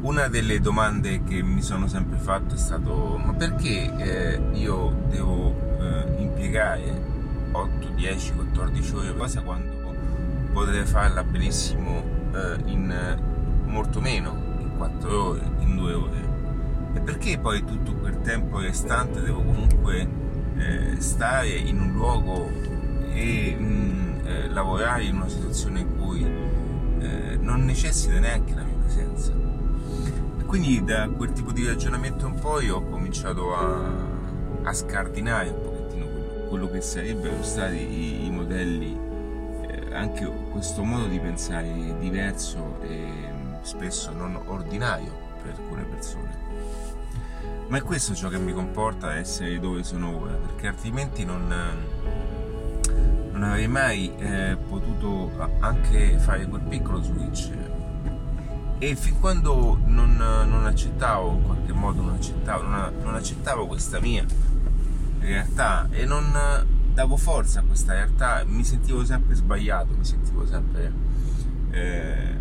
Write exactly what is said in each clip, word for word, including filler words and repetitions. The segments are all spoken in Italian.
una delle domande che mi sono sempre fatto è stato: ma perché eh, io devo eh, impiegare otto, dieci, quattordici ore cosa quando potrei farla benissimo eh, in molto meno, in quattro ore, in due ore? E perché poi tutto quel tempo restante devo comunque eh, stare in un luogo e mh, eh, lavorare in una situazione in cui eh, non necessita neanche la mia presenza? E quindi da quel tipo di ragionamento in poi ho cominciato a, a scardinare un pochettino quello, quello che sarebbero stati i, i modelli, eh, anche questo modo di pensare diverso e spesso non ordinario per alcune persone. Ma è questo ciò che mi comporta essere dove sono ora, perché altrimenti non, non avrei mai eh, potuto anche fare quel piccolo switch. E fin quando non, non accettavo, in qualche modo non accettavo, non, non accettavo questa mia realtà e non davo forza a questa realtà, mi sentivo sempre sbagliato, mi sentivo sempre eh,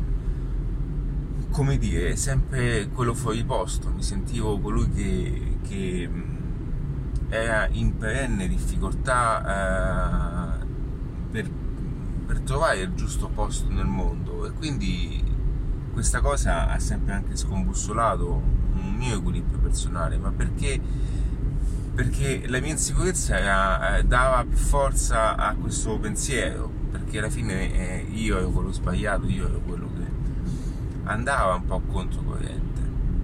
come dire, sempre quello fuori posto, mi sentivo colui che, che era in perenne difficoltà eh, per, per trovare il giusto posto nel mondo, e quindi questa cosa ha sempre anche scombussolato un mio equilibrio personale, ma perché, perché la mia insicurezza era, eh, dava più forza a questo pensiero, perché alla fine eh, io ero quello sbagliato, io ero quello che andava un po' controcorrente.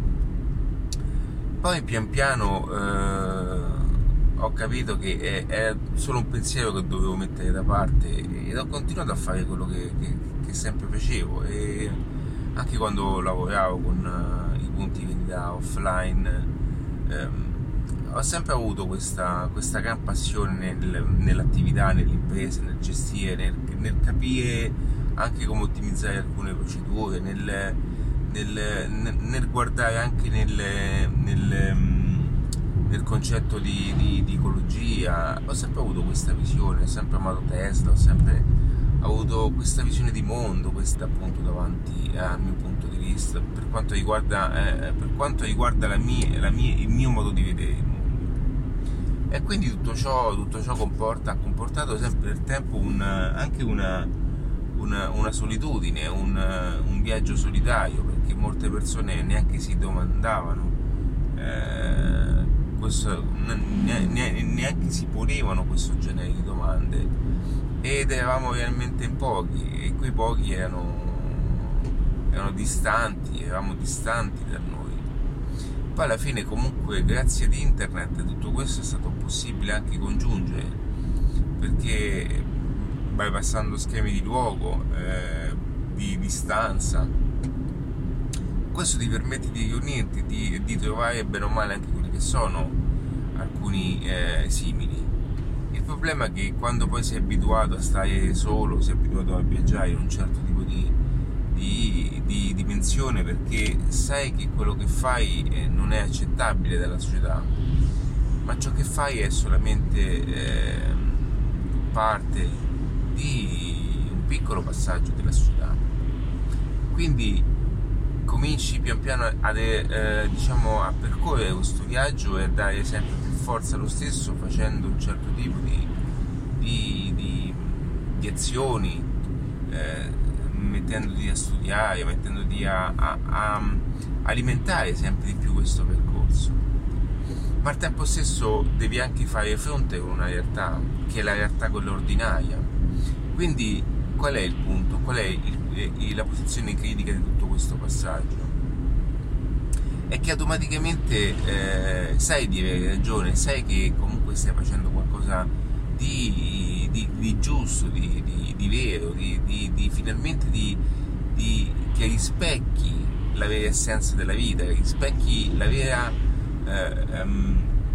Poi pian piano eh, ho capito che era solo un pensiero che dovevo mettere da parte, ed ho continuato a fare quello che, che, che sempre facevo, e anche quando lavoravo con uh, i punti vendita offline ehm, ho sempre avuto questa, questa gran passione nel, nell'attività, nell'impresa, nel gestire, nel, nel capire anche come ottimizzare alcune procedure, nel, nel, nel guardare anche nel, nel, nel concetto di, di, di ecologia. Ho sempre avuto questa visione, ho sempre amato Tesla, ho sempre avuto questa visione di mondo, questa appunto davanti al mio punto di vista, per quanto riguarda, eh, per quanto riguarda la mia, la mia, il mio modo di vedere il mondo. E quindi tutto ciò, tutto ciò comporta, ha comportato sempre nel tempo un, anche una Una, una solitudine, un, un viaggio solitario, perché molte persone neanche si domandavano eh, questo, neanche, neanche si ponevano questo genere di domande, ed eravamo realmente in pochi, e quei pochi erano, erano distanti, eravamo distanti da noi. Poi alla fine comunque grazie ad internet tutto questo è stato possibile anche congiungere, perché bypassando schemi di luogo, eh, di distanza, questo ti permette di riunirti, di, di trovare bene o male anche quelli che sono alcuni eh, simili. Il problema è che quando poi sei abituato a stare solo, sei abituato a viaggiare in un certo tipo di, di, di dimensione, perché sai che quello che fai eh, non è accettabile dalla società, ma ciò che fai è solamente eh, parte di un piccolo passaggio della società. Quindi cominci pian piano a, eh, diciamo, a percorrere questo viaggio e a dare sempre più forza allo stesso, facendo un certo tipo di, di, di, di azioni, eh, mettendoti a studiare, mettendoti a, a, a alimentare sempre di più questo percorso. Ma al tempo stesso devi anche fare fronte con una realtà che è la realtà quella ordinaria. Quindi qual è il punto? Qual è il, il, la posizione critica di tutto questo passaggio? È che automaticamente eh, sai di avere ragione, sai che comunque stai facendo qualcosa di, di, di giusto, di, di, di vero, di, di, di finalmente di, di, che rispecchi la vera essenza della vita, che rispecchi la vera, eh, um,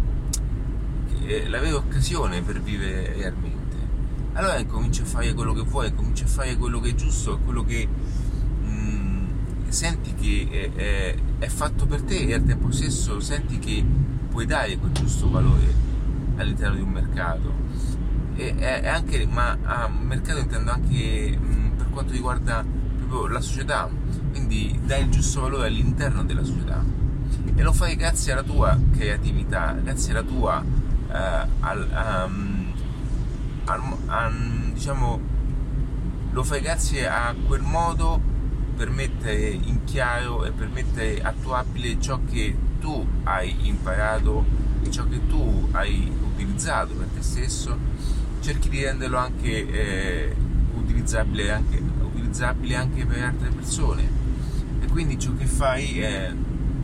la vera occasione per vivere realmente. Allora incominci a fare quello che vuoi, incominci a fare quello che è giusto, quello che mh, senti che è, è, è fatto per te, e al tempo stesso senti che puoi dare quel giusto valore all'interno di un mercato. E, è anche, ma a mercato intendo anche mh, per quanto riguarda proprio la società, quindi dai il giusto valore all'interno della società, e lo fai grazie alla tua creatività, grazie alla tua eh, al, um, al, um, diciamo lo fai grazie a quel modo per mettere in chiaro e per mettere attuabile ciò che tu hai imparato e ciò che tu hai utilizzato per te stesso. Cerchi di renderlo anche eh, utilizzabile anche utilizzabile anche per altre persone, e quindi ciò che fai è,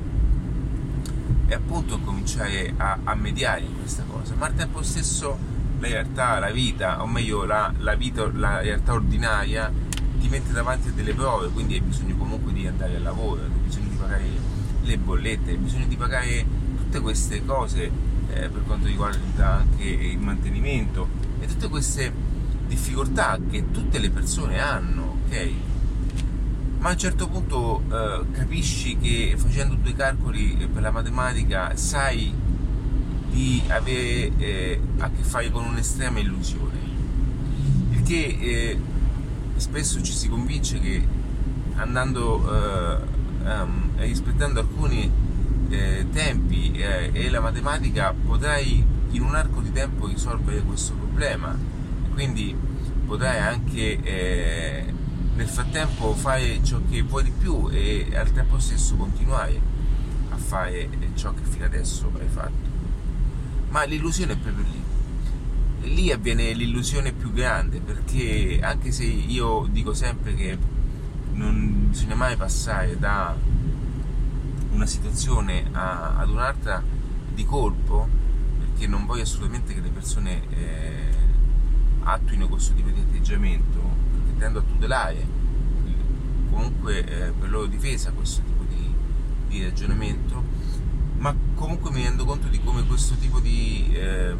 è appunto cominciare a, a mediare in questa cosa, ma al tempo stesso la realtà, la vita, o meglio la, la vita, la realtà ordinaria ti mette davanti a delle prove, quindi hai bisogno comunque di andare al lavoro, hai bisogno di pagare le bollette, hai bisogno di pagare tutte queste cose eh, per quanto riguarda anche il mantenimento e tutte queste difficoltà che tutte le persone hanno, ok? Ma a un certo punto eh, capisci che facendo due calcoli per la matematica sai di avere eh, a che fare con un'estrema illusione, il che eh, spesso ci si convince che andando eh, um, rispettando alcuni eh, tempi eh, e la matematica potrai in un arco di tempo risolvere questo problema, quindi potrai anche eh, nel frattempo fare ciò che vuoi di più e al tempo stesso continuare a fare ciò che fino adesso hai fatto. Ma l'illusione è proprio lì. Lì avviene l'illusione più grande, perché anche se io dico sempre che non bisogna mai passare da una situazione a, ad un'altra di colpo, perché non voglio assolutamente che le persone eh, attuino questo tipo di atteggiamento, perché tendo a tutelare comunque eh, per loro difesa questo tipo di, di ragionamento, ma comunque mi rendo conto di come questo tipo di, eh,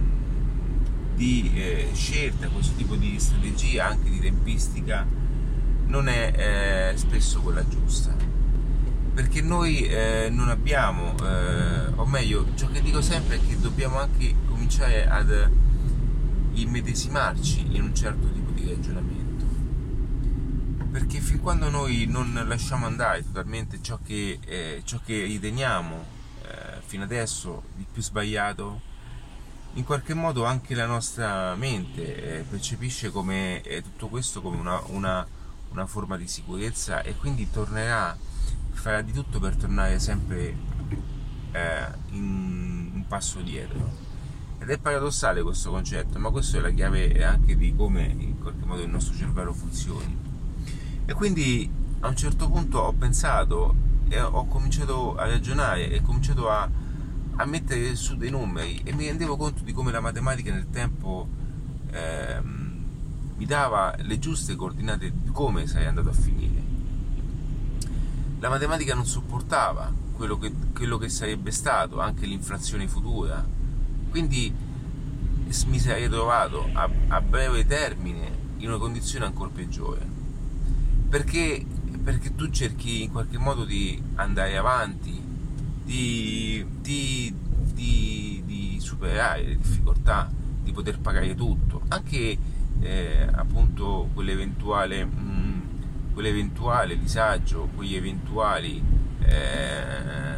di eh, scelta, questo tipo di strategia, anche di tempistica, non è eh, spesso quella giusta, perché noi eh, non abbiamo, eh, o meglio, ciò che dico sempre è che dobbiamo anche cominciare ad immedesimarci in un certo tipo di ragionamento, perché fin quando noi non lasciamo andare totalmente ciò che, eh, ciò che riteniamo fino adesso di più sbagliato, in qualche modo anche la nostra mente eh, percepisce come eh, tutto questo come una, una, una forma di sicurezza, e quindi tornerà, farà di tutto per tornare sempre eh, in un passo dietro. Ed è paradossale questo concetto, ma questa è la chiave anche di come in qualche modo il nostro cervello funzioni. E quindi a un certo punto ho pensato e ho cominciato a ragionare e ho cominciato a, a mettere su dei numeri, e mi rendevo conto di come la matematica nel tempo ehm, mi dava le giuste coordinate di come sarei andato a finire. La matematica non sopportava quello che, quello che sarebbe stato anche l'inflazione futura, quindi mi sarei trovato a, a breve termine in una condizione ancora peggiore, perché perché tu cerchi in qualche modo di andare avanti, di, di, di, di superare le difficoltà, di poter pagare tutto, anche eh, appunto quell'eventuale, mh, quell'eventuale disagio, quegli eventuali eh,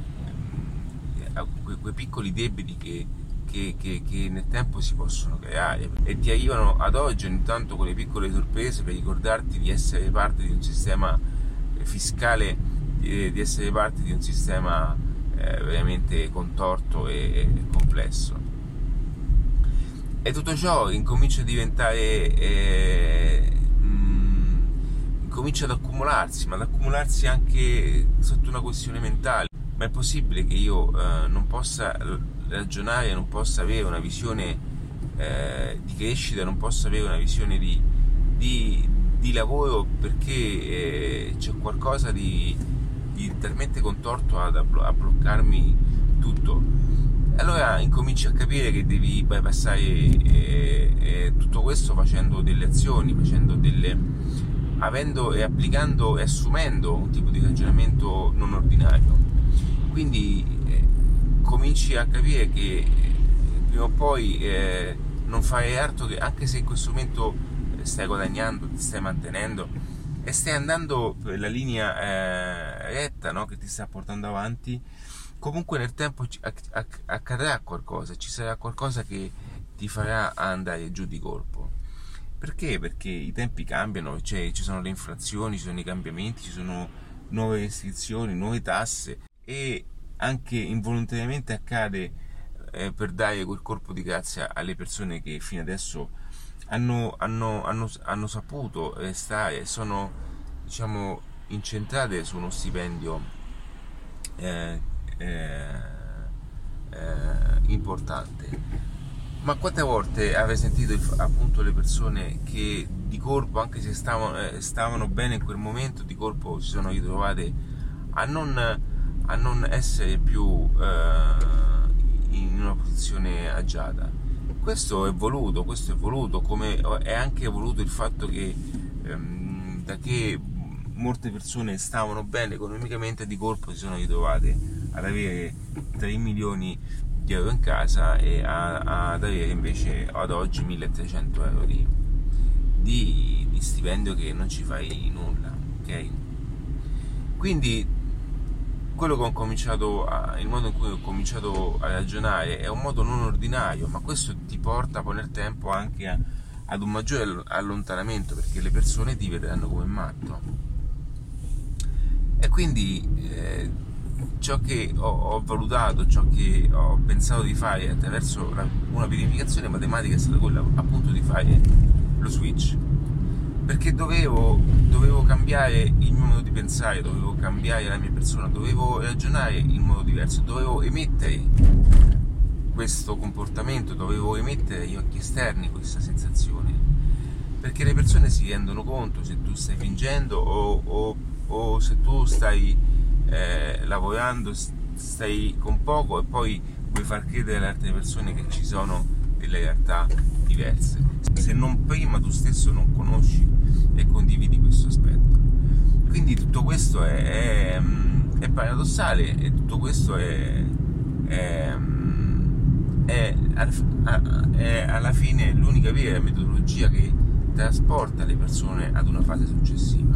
que, quei piccoli debiti che, che, che, che nel tempo si possono creare, e ti arrivano ad oggi ogni tanto quelle piccole sorprese per ricordarti di essere parte di un sistema fiscale, di, di essere parte di un sistema eh, veramente contorto e, e complesso, e tutto ciò incomincia a diventare eh, mh, incomincia ad accumularsi, ma ad accumularsi anche sotto una questione mentale. Ma è possibile che io eh, non possa ragionare, non possa avere una visione eh, di crescita, non possa avere una visione di, di, di lavoro, perché eh, c'è qualcosa di, di talmente contorto ad, a bloccarmi tutto. Allora incominci a capire che devi bypassare eh, eh, tutto questo facendo delle azioni, facendo delle, avendo e applicando e assumendo un tipo di ragionamento non ordinario. Quindi eh, cominci a capire che eh, prima o poi eh, non fai altro che, anche se in questo momento stai guadagnando, ti stai mantenendo, e stai andando per la linea eh, retta, no? Che ti sta portando avanti, comunque nel tempo accadrà qualcosa, ci sarà qualcosa che ti farà andare giù di colpo. Perché? Perché i tempi cambiano, cioè ci sono le inflazioni, ci sono i cambiamenti, ci sono nuove restrizioni, nuove tasse, e anche involontariamente accade eh, per dare quel colpo di grazia alle persone che fino adesso hanno, hanno, hanno, hanno saputo restare, sono, diciamo, incentrate su uno stipendio eh, eh, eh, importante. Ma quante volte avrei sentito appunto le persone che di colpo, anche se stavano, eh, stavano bene in quel momento, di colpo si sono ritrovate a non, a non essere più eh, in una posizione agiata. Questo è voluto, questo è voluto, come è anche voluto il fatto che ehm, da che molte persone stavano bene economicamente, di colpo si sono ritrovate ad avere tre milioni di euro in casa e a, ad avere invece ad oggi milletrecento euro di, di, di stipendio, che non ci fai nulla, ok? Quindi quello che ho cominciato a, il modo in cui ho cominciato a ragionare è un modo non ordinario, ma questo ti porta poi nel tempo anche a, ad un maggiore allontanamento, perché le persone ti vedranno come matto. E quindi eh, ciò che ho, ho valutato, ciò che ho pensato di fare attraverso una pianificazione matematica è stata quella appunto di fare lo switch, perché dovevo, dovevo cambiare il mio modo di pensare, dovevo cambiare la mia persona, dovevo ragionare in modo diverso, dovevo emettere questo comportamento, dovevo emettere agli occhi esterni questa sensazione, perché le persone si rendono conto se tu stai fingendo o, o, o se tu stai eh, lavorando, stai con poco e poi vuoi far credere alle altre persone che ci sono delle realtà diverse, se non prima tu stesso non conosci e condividi questo aspetto. Quindi tutto questo è, è, è paradossale, e tutto questo è, è, è, è alla fine l'unica vera metodologia che trasporta le persone ad una fase successiva.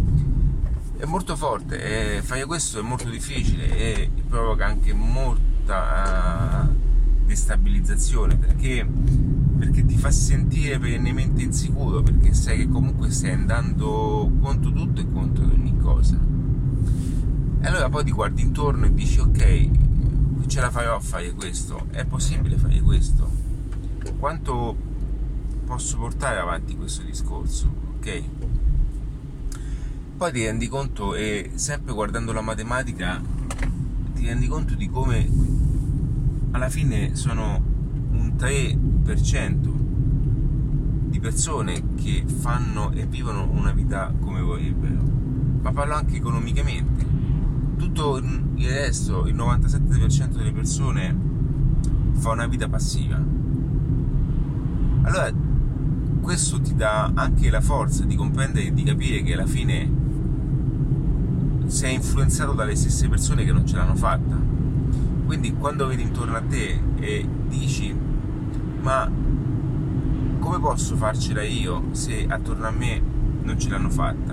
È molto forte, e fare questo è molto difficile e provoca anche molta destabilizzazione, perché, perché ti fa sentire perennemente insicuro, perché sai che comunque stai andando contro tutto e contro ogni cosa. E allora poi ti guardi intorno e dici: ok, ce la farò a fare questo, è possibile fare questo, quanto posso portare avanti questo discorso, ok? Poi ti rendi conto, e sempre guardando la matematica ti rendi conto di come alla fine sono un tre per cento di persone che fanno e vivono una vita come vorrebbero, ma parlo anche economicamente. Tutto il resto, il novantasette per cento delle persone, fa una vita passiva. Allora questo ti dà anche la forza di comprendere e di capire che alla fine sei influenzato dalle stesse persone che non ce l'hanno fatta. Quindi quando vedi intorno a te e dici: ma come posso farcela io se attorno a me non ce l'hanno fatta?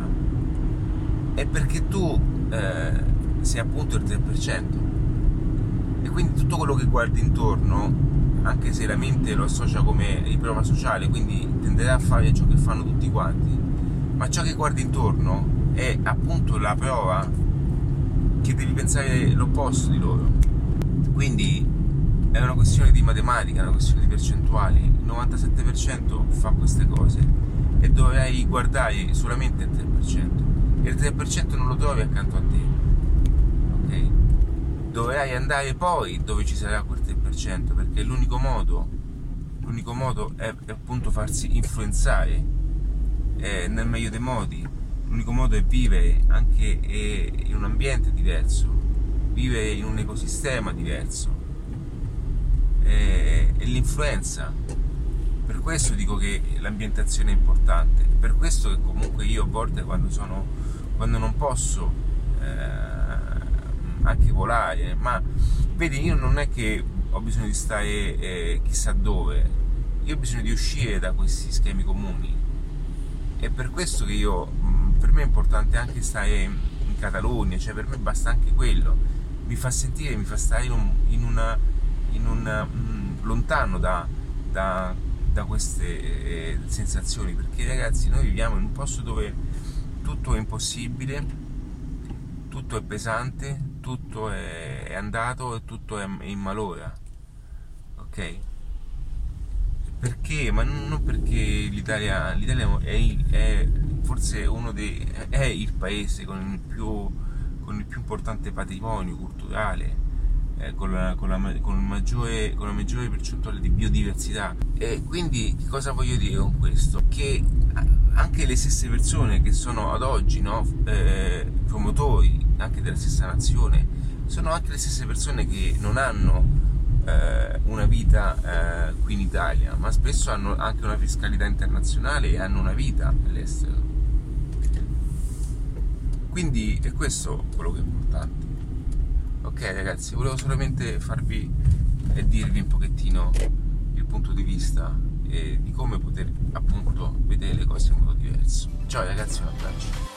È perché tu eh, sei appunto il tre per cento, e quindi tutto quello che guardi intorno, anche se la mente lo associa come riprova sociale, quindi tenderà a fare ciò che fanno tutti quanti, ma ciò che guardi intorno è appunto la prova che devi pensare l'opposto di loro. Quindi è una questione di matematica, è una questione di percentuali. Il novantasette per cento fa queste cose e dovrai guardare solamente il tre per cento, e il tre per cento non lo trovi accanto a te, ok? Dovrai andare poi dove ci sarà quel tre per cento, perché l'unico modo l'unico modo è, è appunto farsi influenzare eh, nel meglio dei modi. L'unico modo è vivere anche eh, in un ambiente diverso, vivere in un ecosistema diverso, eh, e l'influenza. Per questo dico che l'ambientazione è importante, per questo che comunque io a volte quando sono quando non posso eh, anche volare, ma vedi, io non è che ho bisogno di stare eh, chissà dove, io ho bisogno di uscire da questi schemi comuni. È per questo che io mh, per me è importante anche stare in Catalogna, cioè per me basta anche quello, mi fa sentire, mi fa stare in, un, in una, in una mh, lontano da, da, da queste eh, sensazioni, perché ragazzi noi viviamo in un posto dove tutto è impossibile, tutto è pesante, tutto è, è andato e tutto è in malora, ok? Perché? Ma non perché l'Italia, l'Italia è, è forse uno dei, è il paese con il più, con il più importante patrimonio culturale, eh, con, la, con, la, con, il maggiore, con la maggiore percentuale di biodiversità. E quindi che cosa voglio dire con questo? Che anche le stesse persone che sono ad oggi, no, eh, promotori anche della stessa nazione, sono anche le stesse persone che non hanno eh, una vita eh, qui in Italia, ma spesso hanno anche una fiscalità internazionale e hanno una vita all'estero. Quindi è questo quello che è importante. Ok ragazzi, volevo solamente farvi e dirvi un pochettino il punto di vista e di come poter appunto vedere le cose in modo diverso. Ciao ragazzi, un abbraccio.